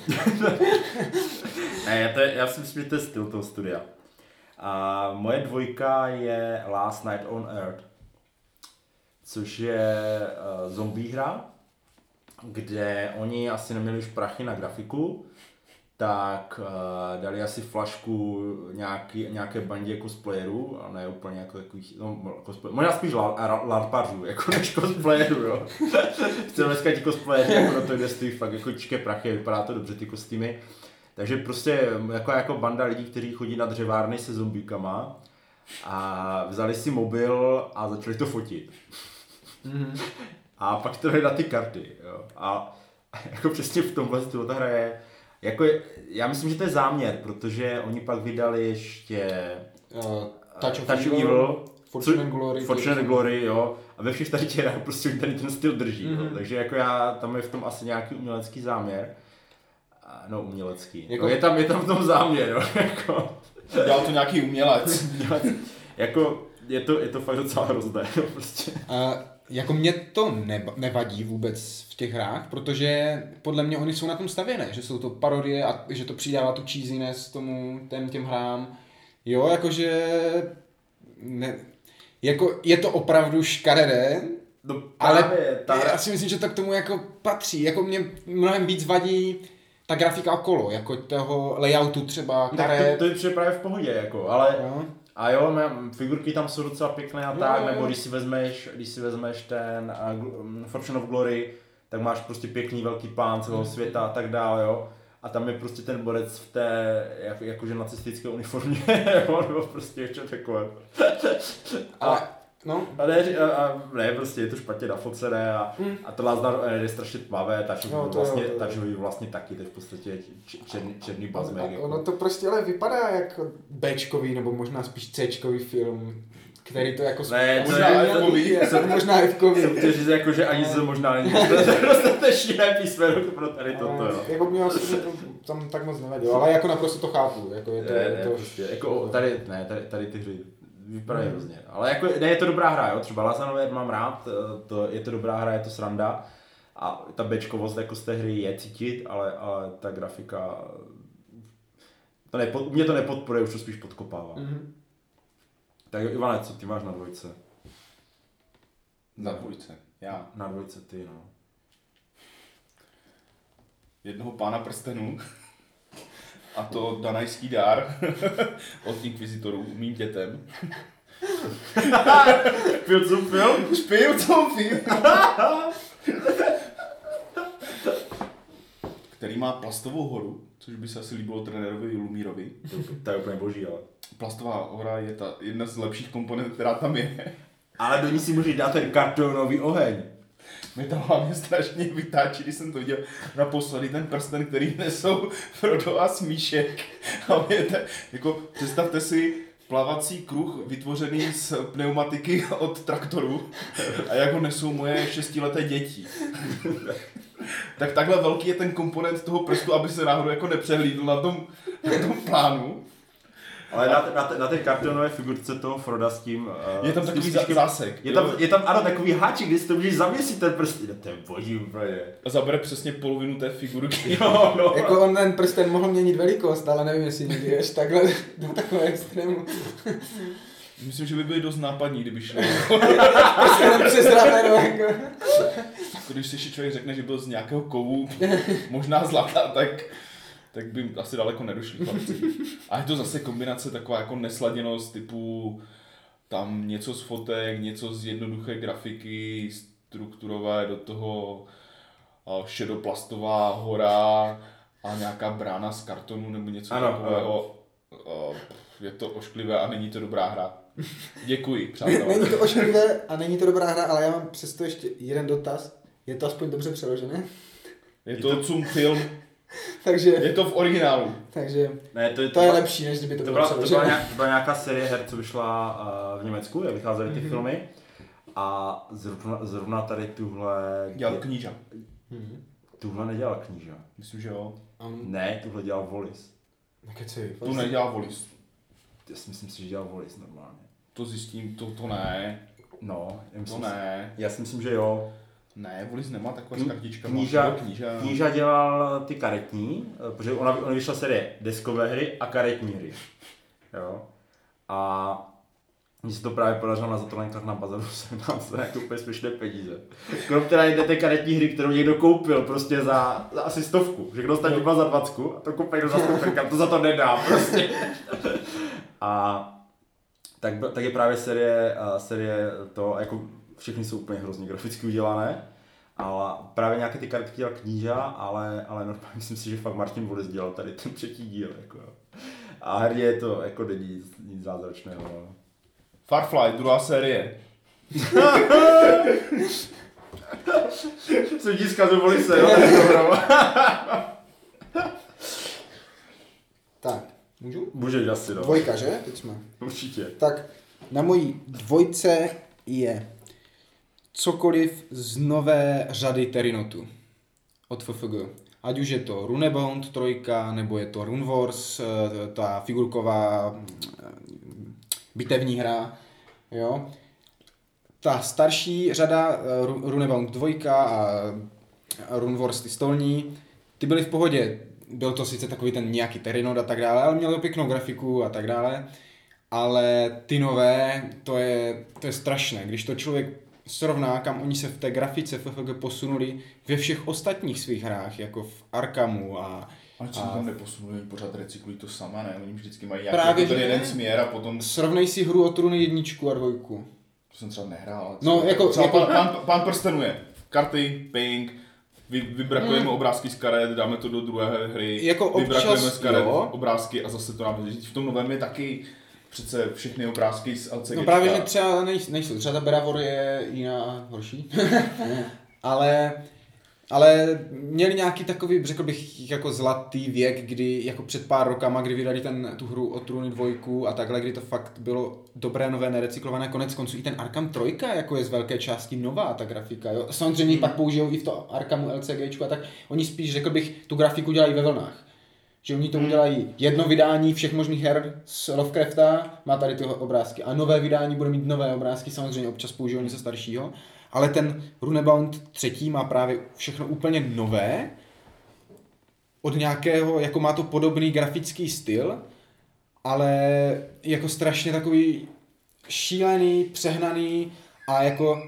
Ne, to je, já si myslím, že to je styl toho studia. A moje dvojka je Last Night on Earth, což je uh, zombie hra, kde oni asi neměli už prachy na grafiku, tak uh, dali asi flašku nějaký, nějaké bandě cosplayerů, a ne úplně jako takových, no cosplay, možná spíš larpařů, jako než cosplayerů, jo. Chceme dneska ti cosplayeri, jako to jde stojí fakt jako čké prachy, vypadá to dobře ty kostýmy. Takže prostě jako, jako banda lidí, kteří chodí na dřevárny se zombíkama a vzali si mobil a začali to fotit. Mm-hmm. A pak to dali na ty karty, jo. A jako přesně v tomhle stylu ta hra je, jako je, já myslím, že to je záměr, protože oni pak vydali ještě uh, Touch of Touch Evil, Evil, Fortune and Glory, Fortune and Glory, jo. A ve všech tady těch hrách prostě tady ten styl drží, mm-hmm. jo. Takže jako já, tam je v tom asi nějaký umělecký záměr. No, umělecký. Jako... No, je, tam, je tam v tom záměr, jo. Jako... Dělal to nějaký umělec. Jako, je to, je to fakt docela hrozné, jo, prostě. Uh, jako mě to neba, nevadí vůbec v těch hrách, protože podle mě oni jsou na tom stavěné, že jsou to parodie a že to přidává tu cheesiness tomu, těm, těm hrám. Jo, jakože... Ne, jako je to opravdu škaredé, no, ale ta... já si myslím, že to k tomu jako patří. Jako mě mnohem víc vadí ta grafika okolo, jako toho layoutu třeba, karet. To, to je třeba právě v pohodě, jako, ale... No. A jo, figurky tam jsou docela pěkné a tak, jo, jo. nebo když si vezmeš, když si vezmeš ten uh, Fortune of Glory, tak máš prostě pěkný velký plán celého mm. světa a tak dále, jo. A tam je prostě ten borec v té, jak, jakože nacistické uniformě, jo, nebo prostě ještě takové. Ale, no. A ne, a, a ne, prostě je to špatně nafocené a, mm. a to Last je strašně tmavé, takže no, vlastně, jo, takže vlastně taky, to je v podstatě černý, černý bazmek. Jako. Ono to prostě ale vypadá jako Bčkový, nebo možná spíš Cčkový film, který to jako... Ne, možná F-kový. Možná F-kový. Jsem chtěl říct, jako, že ani se možná není dostatečné písmeno pro tady toto, jo. Jako mě vlastně to tam tak moc nevadilo, ale jako naprosto to chápu. Jako je to, ne, je ne, to... prostě, jako tady, ne, tady, tady ty hry vypadají mm. hrozně, ale jako, ne, je to dobrá hra, jo, třeba Lasanové mám rád, to, je to dobrá hra, je to sranda a ta bečkovost jako z té hry je cítit, ale, ale ta grafika, to nepod, mě to nepodporuje, už to spíš podkopává. Mm. Tak jo, Ivane, co ty máš na dvojce? Na dvojce, já. Na dvojce ty, no. Jednoho Pána prstenů. A to danajský dár od inkvizitorů mým dětem. Pil co film? Špil co film. Který má plastovou horu, což by se asi líbilo trenérovi Lumírovi. To, to je úplně boží, ale. Plastová hora je ta jedna z lepších komponent, která tam je. Ale do ní si můžeš dát ten kartonový oheň. Mě to hlavně strašně vytáčí, když jsem to viděl naposledy, ten prsten, který nesou Frodo a Smíšek. A mě te, jako, představte si plavací kruh vytvořený z pneumatiky od traktoru a jak ho nesou moje šestileté děti. Tak takhle velký je ten komponent toho prstu, aby se náhodou jako nepřehlídl na tom, na tom plánu. Ale na, na, na té kartonové figurce toho Froda s tím... Uh, je tam takový zá, zásek. Je tam, je tam, ano, takový háček, kdy si to můžeš zavěsit ten prst. No, to je boží úplně. A zabere přesně polovinu té figurky. Jo, no. Jako on ten prsten mohl měnit velikost, ale nevím, jestli někdy až takhle do takové extrému. Myslím, že by byli dost nápadní, kdyby šli. Prstenem přes rameno, jako. Když si člověk řekne, že byl z nějakého kovu, možná zlata, tak... tak by asi daleko nedošli chlapci. A je to zase kombinace taková jako nesladěnost typu tam něco z fotek, něco z jednoduché grafiky, strukturové, do toho šedoplastová hora a nějaká brána z kartonu nebo něco ano, takového. Ano. Je to ošklivé a není to dobrá hra. Děkuji, přátelé. Není to ošklivé a není to dobrá hra, ale já mám přesto ještě jeden dotaz. Je to aspoň dobře přeložené? Je to, je to cum film. Takže, je to v originálu. Takže ne, to, je, to, to je byla, lepší, než kdyby to, to bylo byla, to byla, nějak, to byla nějaká série her, co vyšla uh, v Německu, jak vycházely ty mm-hmm. filmy. A zrovna, zrovna tady tuhle... Dělal kníža. Mm-hmm. Tuhle nedělal kníža. Myslím, že jo. Um, ne, tuhle dělal Wallis. Nekeci. Tu nedělal Wallis. Já si myslím si, že dělal Wallis normálně. To zjistím, to, to ne. No, já myslím, to ne. Já si myslím, že jo. Ne, Wallis nemá takové s kartičkami. Kníža, kníža. kníža dělal ty karetní, protože ona, ona vyšla série deskové hry a karetní hry. Jo. A mně se to právě podařilo na Zatolenkách na bazaru sehnat za nějaké úplně směšné peníze. Krom teda jde té karetní hry, kterou někdo koupil prostě za, za asi stovku. Že kdo ostatní byla za dvacku a to koupil do za stovku, to za to nedá prostě. A tak, tak je právě série, série to, jako všechny jsou úplně hrozně graficky udělané. Ale právě nějaké ty kartky dělal Kníža, ale, ale normálně myslím si, že fakt Martin Vodec dělal tady ten třetí díl. Jako. A herně je to jako není nic, nic zázračného. No. Farfly, druhá série. Jsem ti zkazovali se, jo? Tak, můžu? Můžeš asi, no. Dvojka, že? Teď jsme. Určitě. Tak, na mojí dvojce je cokoliv z nové řady Terinotu od F F G. Ať už je to Runebound trojka, nebo je to Runewars, ta figurková bitevní hra. Jo. Ta starší řada Runebound dvojka a Runewars ty stolní, ty byly v pohodě. Byl to sice takový ten nějaký Terinot a tak dále, ale měl to pěknou grafiku a tak dále. Ale ty nové, to je, to je strašné. Když to člověk srovná, kam oni se v té grafice F F G posunuli ve všech ostatních svých hrách, jako v Arkhamu a... Ale co a... tam neposunuli, pořád recyklují to sama, ne? Oni vždycky mají Právě, nějaký že jeden ne. směr a potom... Srovnej si hru o Trůny jedničku a dvojku. To jsem třeba nehrál, ale... No, jako... třeba jako... pán, pán, pán prstenů je karty, ping, vy, vybrakujeme hmm. obrázky z karet, dáme to do druhé hry, jako vybrakujeme občas, z karet jo. obrázky a zase to dáme. V tom novém je taky přece všechny obrázky z L C G. No právě, že třeba nejsou, třeba ta Beravor je jiná, horší, ale, ale měli nějaký takový, řekl bych, jako zlatý věk, kdy jako před pár rokama, kdy vydali ten, tu hru o Trůny dvojku a takhle, kdy to fakt bylo dobré, nové, nerecyklované, konec konců i ten Arkham trojka jako je z velké části nová ta grafika, jo. Samozřejmě hmm. pak použijou i v to Arkhamu LCGčku a tak, oni spíš, řekl bych, tu grafiku dělají ve vlnách. Že oni to udělají jedno vydání všech možných her z Lovecrafta, má tady ty obrázky. A nové vydání bude mít nové obrázky, samozřejmě občas použijou něco staršího. Ale ten Runebound třetí má právě všechno úplně nové. Od nějakého, jako má to podobný grafický styl, ale jako strašně takový šílený, přehnaný a jako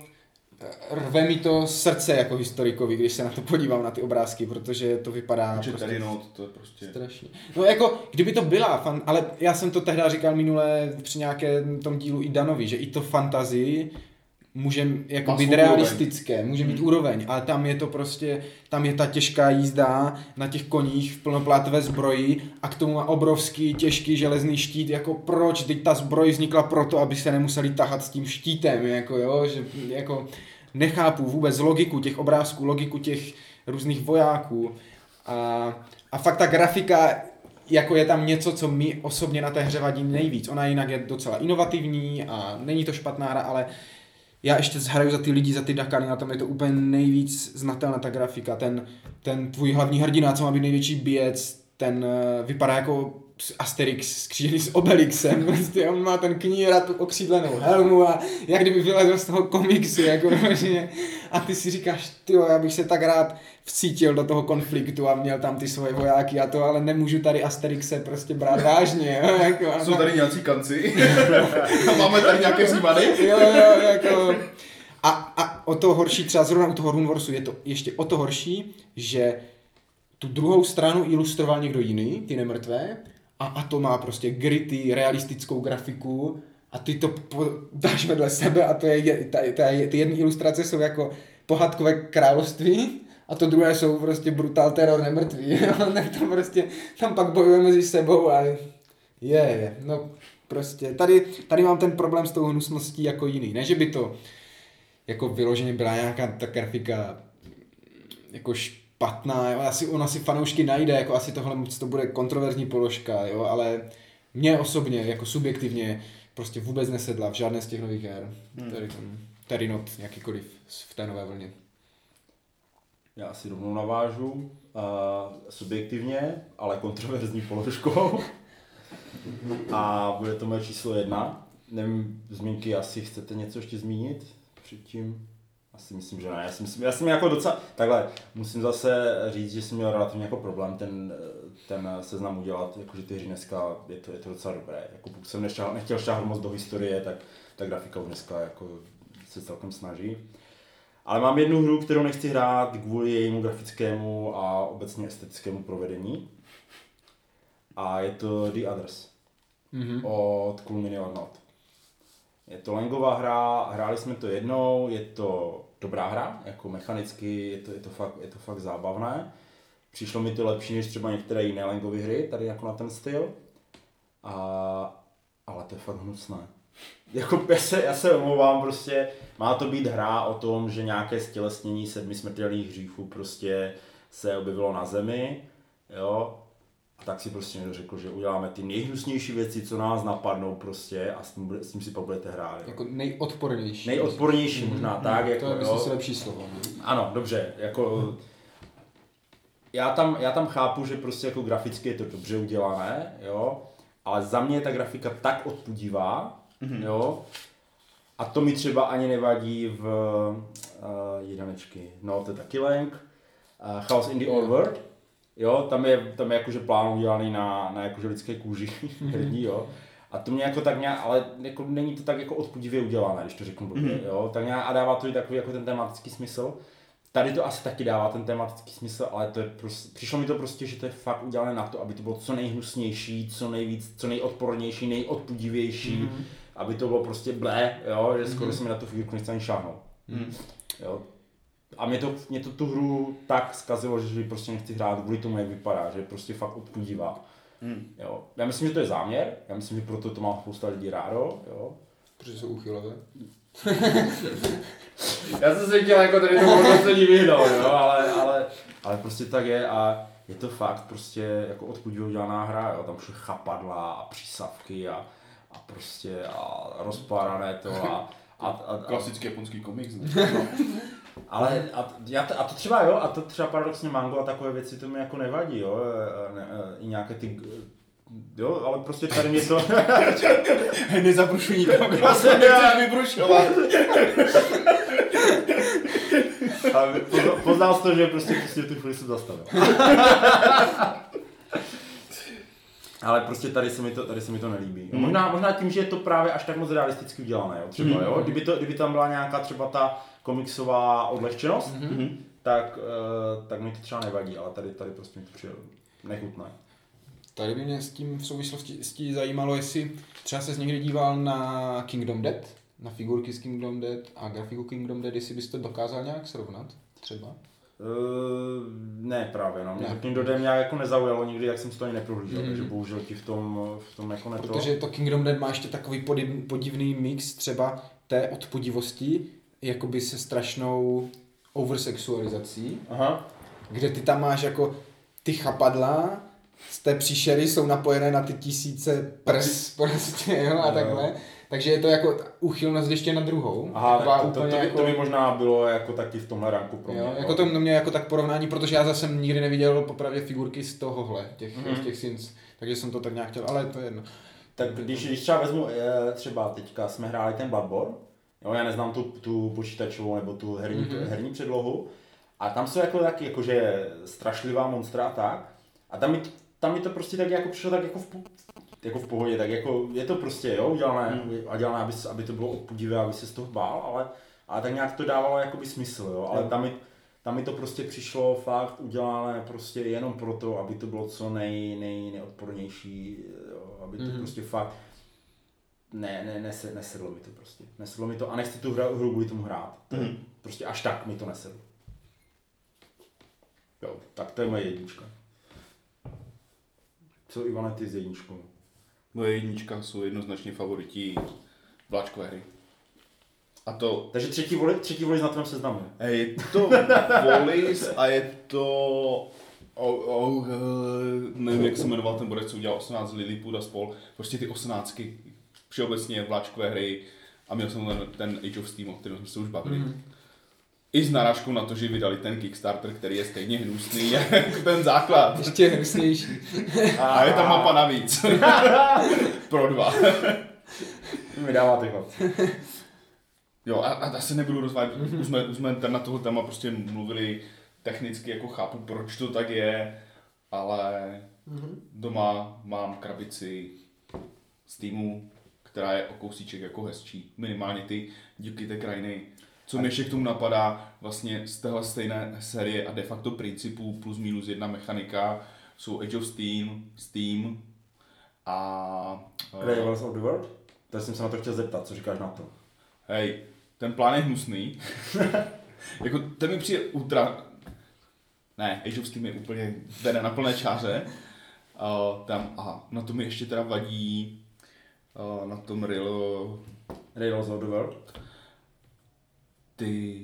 rve mi to srdce jako historikovi, když se na to podívám na ty obrázky, protože to vypadá Protože prostě Terinot, to je prostě... strašně. No jako, kdyby to byla, fan, ale já jsem to tehdy říkal minule při nějakém tom dílu i Danovi, že i to fantazii může jako být realistické, může mít hmm. úroveň, ale tam je to prostě, tam je ta těžká jízda na těch koních v plnoplátové zbroji a k tomu má obrovský těžký železný štít, jako proč, teď ta zbroj vznikla proto, aby se nemuseli tahat s tím štítem, jako jo, že jako nechápu vůbec logiku těch obrázků, logiku těch různých vojáků a, a fakt ta grafika, jako je tam něco, co mi osobně na té hře vadí nejvíc, ona jinak je docela inovativní a není to špatná hra, ale já ještě zhraju za ty lidi, za ty Dakary, na tom je to úplně nejvíc znatelná ta grafika, ten, ten tvůj hlavní hrdina, co má být největší bijec, ten uh, vypadá jako Asterix skřížený s Obelixem, prostě on má ten kníra, tu okřídlenou helmu a jak kdyby vylezl z toho komiksu, jako vlastně. A ty si říkáš, tyjo, já bych se tak rád vcítil do toho konfliktu a měl tam ty svoje vojáky a to, ale nemůžu tady Asterixe prostě brát vážně, jo, jako. Jsou tady nějací kanci a máme tady nějaké římany. Jo, jo, jako. A, a o to horší, třeba zrovna u toho Runewarsu je to ještě o to horší, že tu druhou stranu ilustroval někdo jiný, ty nemrtvé, a, a to má prostě gritty, realistickou grafiku a ty to po, dáš vedle sebe a to je, ta, ta, ty jedny ilustrace jsou jako pohádkové království a to druhé jsou prostě brutal teror nemrtví, tak to prostě, tam pak bojujeme mezi sebou a je, je, no prostě, tady, tady mám ten problém s tou hnusností jako jiný, ne že by to jako vyloženě byla nějaká ta grafika jako špatná, jo? Asi, on asi fanoušky najde, jako asi tohle to bude kontroverzní položka, jo? Ale mě osobně, jako subjektivně, prostě vůbec nesedla v žádné z těch nových her. Hmm. Tady ten Terinot, jakýkoliv v té nové vlně. Já asi rovnou navážu, uh, subjektivně, ale kontroverzní položkou. A bude to moje číslo jedna. Nevím, zmínky, asi chcete něco ještě zmínit předtím? asi myslím, že ne. Já si myslím, já jsem jako docela, takhle, musím zase říct, že jsem měl relativně jako problém ten, ten seznam udělat, jakože ty hry dneska, je to, je to docela dobré. Jako pokud jsem nešťahal, nechtěl šťáhnout moc do historie, tak ta grafika už dneska jako se celkem snaží. Ale mám jednu hru, kterou nechci hrát kvůli jejímu grafickému a obecně estetickému provedení. A je to The Others mm-hmm. od Cool Mini or Not. Je to langová hra, hráli jsme to jednou, je to dobrá hra, jako mechanicky je to, je to, fakt, je to fakt zábavné. Přišlo mi to lepší než třeba některé jiné langové hry, tady jako na ten styl. A, ale to je fakt hnusné. Jako já se, já se omlouvám, prostě má to být hra o tom, že nějaké stělesnění sedmi smrtelných hříchů prostě se objevilo na zemi, jo. A tak si prostě někdo řekl, že uděláme ty nejhnusnější věci, co nás napadnou prostě a s tím, bude, s tím si pak budete hrát. Jo. Jako nejodpornější. Nejodpornější možná, mm, tak. To jako, je myslím si lepší slovo. Ne? Ano, dobře, jako... Já tam, já tam chápu, že prostě jako graficky je to dobře udělané, jo. Ale za mě je ta grafika tak odpudivá, mm-hmm. jo. A to mi třeba ani nevadí v uh, jednečky. No, to je taky Lang. Uh, Chaos in the Old World. Jo, tam je, tam je jakože plán udělaný na, na jakože lidské kůži, hrdí, jo. A to mě jako tak nějak, ale jako není to tak jako odpudivě udělané, když to řeknu blbě, mm. jo. Tak nějak a dává to i takový jako ten tematický smysl. Tady to asi taky dává ten tematický smysl, ale to je prostě, přišlo mi to prostě, že to je fakt udělané na to, aby to bylo co nejhnusnější, co nejvíc, co nejodpornější, nejodpudivější, mm. aby to bylo prostě blé, jo, že skoro mm. se mi na tu figurku nechce ani šáhnout. Mm. Jo. A mě to, mě to tu hru tak zkazilo, že prostě nechci hrát kvůli tomu, jak vypadá, že je prostě fakt odpudivá. Mm. Jo. Já myslím, že to je záměr, já myslím, že proto to má spousta lidí rádo, jo. Protože jsou úchylové. Já jsem se chtěl jako tady to hodnocení vyhnout, jo, ale, ale, ale prostě tak je a je to fakt prostě jako odpudivě udělaná hra, jo, tam všude chapadla a přísavky a, a prostě a rozpárané to a, a, a, a klasický japonský komiks, ne? Ale a, já to, a to třeba jo, a to třeba paradoxně mango a takové věci to mi jako nevadí, jo, ne, i nějaké ty, jo, ale prostě tady mě to... Nezabrušuj nikam, kdo se nechce vybrušovat. A poznal jsi to, že prostě, prostě tu chvíli jsem zastavil. Ale prostě tady se mi to, tady se mi to nelíbí. Mm. Možná, možná tím, že je to právě až tak moc realisticky udělané, jo, třeba, mm. jo, kdyby, to, kdyby tam byla nějaká třeba ta komiksová odlehčenost, mm-hmm. tak, uh, tak mi to třeba nevadí, ale tady, tady prostě mi to přijde nechutné. Tady by mě s tím v souvislosti s tím zajímalo, jestli třeba ses někdy díval na Kingdom Dead, na figurky z Kingdom Dead a grafiku Kingdom Dead, jestli bys to dokázal nějak srovnat třeba? Uh, ne právě, no. Mě to Kingdom Dead nějak jako nezaujalo nikdy, jak jsem si to ani neprohlížel, mm. takže bohužel ti v tom, v tom jako neto. Protože to Kingdom Dead má ještě takový podivný, podivný mix třeba té odpudivosti, jakoby se strašnou oversexualizací, aha. kde ty tam máš jako ty chapadla, z té příšery jsou napojené na ty tisíce prs prostě, jo, a takhle. Takže je to jako úchylnost ještě na druhou. Aha, to, to, to, by, jako... to by možná bylo jako taky v tomhle ranku pro mě. Jo, jako to mě jako tak porovnání, protože já zase nikdy neviděl popravdě figurky z tohohle, těch, mm. těch Sims, takže jsem to tak nějak chtěl, ale to je jedno. Tak když, když třeba vezmu, třeba teďka jsme hráli ten Bloodborne, jo, já neznám tu, tu počítačovou nebo tu herní, mm-hmm. herní předlohu, a tam jsou jako taky jakože strašlivá monstra a tak, a tam mi, tam mi to prostě tak jako přišlo tak jako v, jako v pohodě, tak jako je to prostě, jo, udělané, mm. a dělané, aby, aby to bylo odpudivé, aby se z toho bál, ale, ale tak nějak to dávalo jakoby smysl, jo, ale tam mi, tam mi to prostě přišlo fakt udělané prostě jenom proto, aby to bylo co nej, nej, nejodpornější, jo, aby to mm. prostě fakt, ne, ne, nese, nesedlo mi to prostě, nesedlo mi to a nechci tu hru, hru kvůli tomu hrát, mm. prostě až tak mi to nesedlo. Jo, tak to je moje jednička. Co Ivane, ty s jedničkou? Moje jednička jsou jednoznačně favorití vláčkové hry. A to... Takže třetí voli, třetí voli na tvém seznamu. Je to Volis a je to... Oh, oh, nevím, jak se jmenoval ten borec, co udělal osmnáct Lilliput a spol. Prostě ty osmnáctky, všeobecně vláčkové hry. A měl jsem ten, ten Age of Steam, o kterém jsme se už bavili. Mm. I s narážkou na to, že vydali ten Kickstarter, který je stejně hnusný jako ten základ. Ještě hnusnější. A je tam mapa navíc. Pro dva. Mi dáváte chlapci. Jo, a, a asi nebudu rozvádět, už jsme, už jsme na tohle téma prostě mluvili technicky, jako chápu, proč to tak je, ale doma mám krabici z týmu, která je o kousíček jako hezčí, minimálně ty díky té krajiny. Co mě ještě k tomu napadá, vlastně z téhle stejné série a de facto principů plus minus jedna mechanika jsou Age of Steam, Steam a... Rivals of the World? To jsem se na to chtěl zeptat, co říkáš na to? Hej, ten plán je hnusný. Jako, ten mi přijde ultra... Ne, Age of Steam je úplně vede na plné čáře. Uh, tam, aha, na to mi ještě teda vadí uh, na tom Real... Rivals of the World? Ty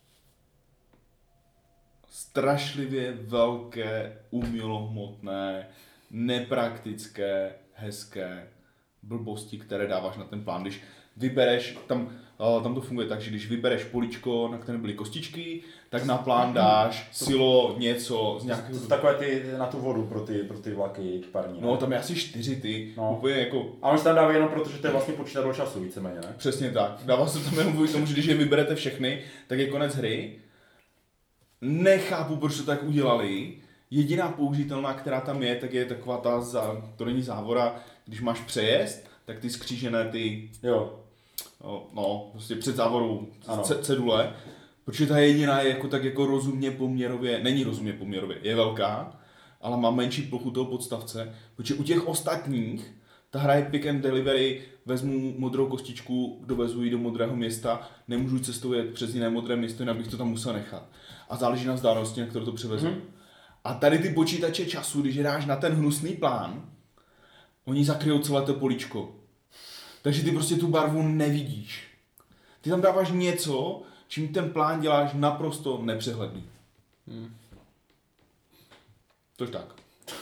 strašlivě velké, umělohmotné, nepraktické, hezké blbosti, které dáváš na ten plán. Když vybereš, tam, tam to funguje tak, že když vybereš políčko, na kterém byly kostičky, tak na plán dáš silo, něco z nějakého... To jsou takové ty na tu vodu pro ty, pro ty vlaky parní. No, tam je asi čtyři ty, no. Úplně jako... A on se tam dává jenom proto, že to je vlastně počítadlo času víceméně, ne? Přesně tak. Dává se tam jenom kvůli tomu, že když je vyberete všechny, tak je konec hry. Nechápu, proč to tak udělali. Jediná použitelná, která tam je, tak je taková ta, za, to není závora, když máš přejezd, tak ty skřížené ty, Jo. no, prostě před závorou c- cedule, protože ta jediná je jako tak jako rozumně poměrově, není rozumně poměrově, je velká, ale má menší plochu toho podstavce, protože u těch ostatních ta hra je pick and delivery, vezmu modrou kostičku, dovezu ji do modrého města, nemůžu cestovat přes jiné modré město, jinak bych to tam musel nechat. A záleží na vzdálenosti, na kterou to převezu. Hmm. A tady ty počítače času, když dáš na ten hnusný plán, oni zakryjou celé to políčko. Takže ty prostě tu barvu nevidíš. Ty tam dáváš něco, čím ten plán děláš naprosto nepřehledný. Hmm. Tož tak.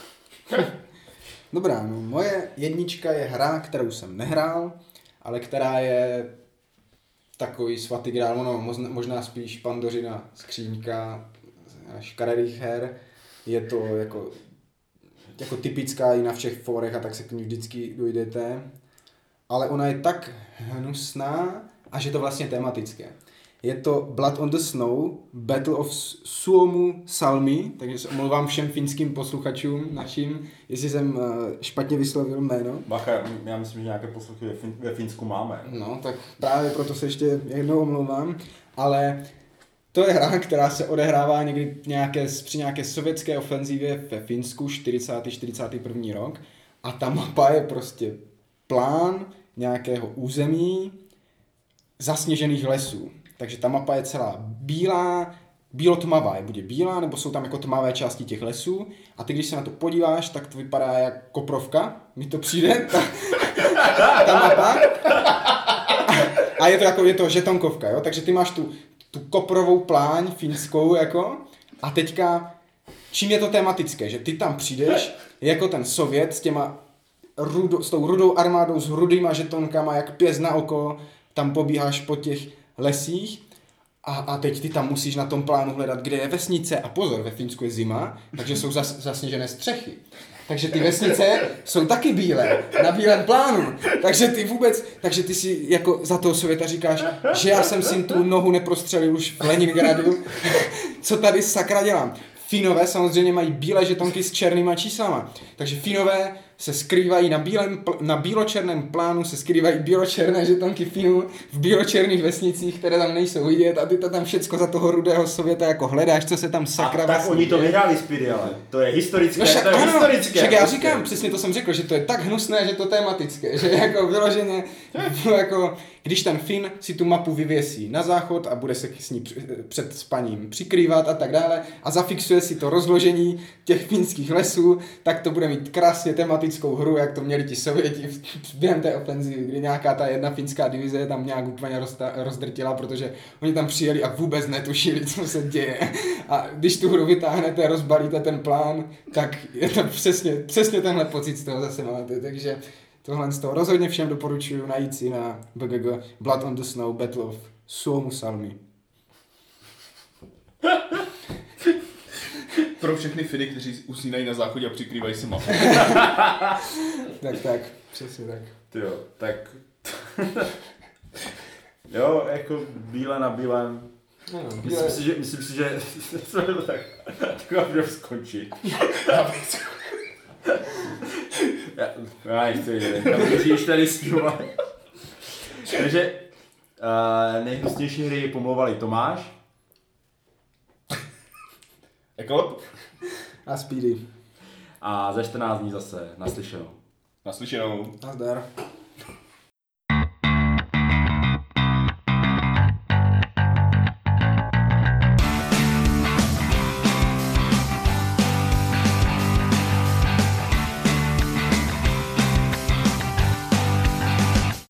Dobrá, no moje jednička je hra, kterou jsem nehrál, ale která je takový svatý grál, no možná spíš Pandořina skříňka škaredých her. Je to jako, jako typická i na všech fórech a tak se k ní vždycky dojdete. Ale ona je tak hnusná, až je to vlastně tematické. Je to Blood on the Snow, Battle of Suomu Salmi, takže se omlouvám všem finským posluchačům našim, jestli jsem špatně vyslovil jméno. Bacha, já myslím, že nějaké posluchy ve, fin- ve Finsku máme. No, tak právě proto se ještě jednou omlouvám, ale to je hra, která se odehrává někdy nějaké, při nějaké sovětské ofenzivě ve Finsku, čtyřicátý čtyřicátý první rok a ta mapa je prostě plán nějakého území zasněžených lesů. Takže ta mapa je celá bílá, bílotmavá, je buď bílá, nebo jsou tam jako tmavé části těch lesů a ty, když se na to podíváš, tak to vypadá jak koprovka, mi to přijde, ta, ta mapa. A je to jako, je to žetonkovka, jo, takže ty máš tu, tu koprovou pláň finskou, jako, a teďka, čím je to tematické, že ty tam přijdeš, jako ten Sovět s těma rudo, s tou rudou armádou, s rudýma žetonkama, jak pěst na oko, tam pobíháš po těch lesích a, a teď ty tam musíš na tom plánu hledat, kde je vesnice a pozor, ve Finsku je zima, takže jsou zas, zasněžené střechy. Takže ty vesnice jsou taky bílé, na bílém plánu. Takže ty vůbec, takže ty si jako za toho Sověta říkáš, že já jsem si tu nohu neprostřelil už v Leningradu, co tady sakra dělám. Finové samozřejmě mají bílé žetonky s černýma číslama, takže Finové se skrývají na, bílém, na bíločerném plánu, se skrývají bíločerné žetonky Finů v bíločerných vesnicích, které tam nejsou vidět a ty to tam všecko za toho rudého Sověta jako hledáš, co se tam sakra... A tak oni to vyhráli Speedy, ale to je historické, no však, to je ano, historické. Však já říkám, přesně to jsem řekl, že to je tak hnusné, že to tematické, že jako vyloženě, jako, když ten Fin si tu mapu vyvěsí na záchod a bude se s ní před spaním přikrývat a tak dále a zafixuje si to rozložení těch finských lesů, tak to bude mít krásně tematickou hru, jak to měli ti Sověti během té ofenzivy, kdy nějaká ta jedna finská divize tam nějak úplně rozdrtila, protože oni tam přijeli a vůbec netušili, co se děje. A když tu hru vytáhnete, rozbalíte ten plán, tak je to přesně, přesně tenhle pocit z toho zase máte. Takže tohle z toho rozhodně všem doporučuji najít si na B G G Blood on the Snow Battle of Suomu Salmi. Pro všechny Fidy, kteří usínají na záchodě a přikrývají si mapu. tak, tak, přesně tak. Tyjo, tak... Jo, jako bíle na bílém. No, Myslím si, že, myslím si, že jsme to tak, taková budeme skončit. Já, já nechci jít, já můžeš tady s tím. Takže uh, nejhnusnější hry pomlouvali Tomáš. Ekolop? A Speedy. A za čtrnáct dní zase naslyšenou. Naslyšenou. Nazdar.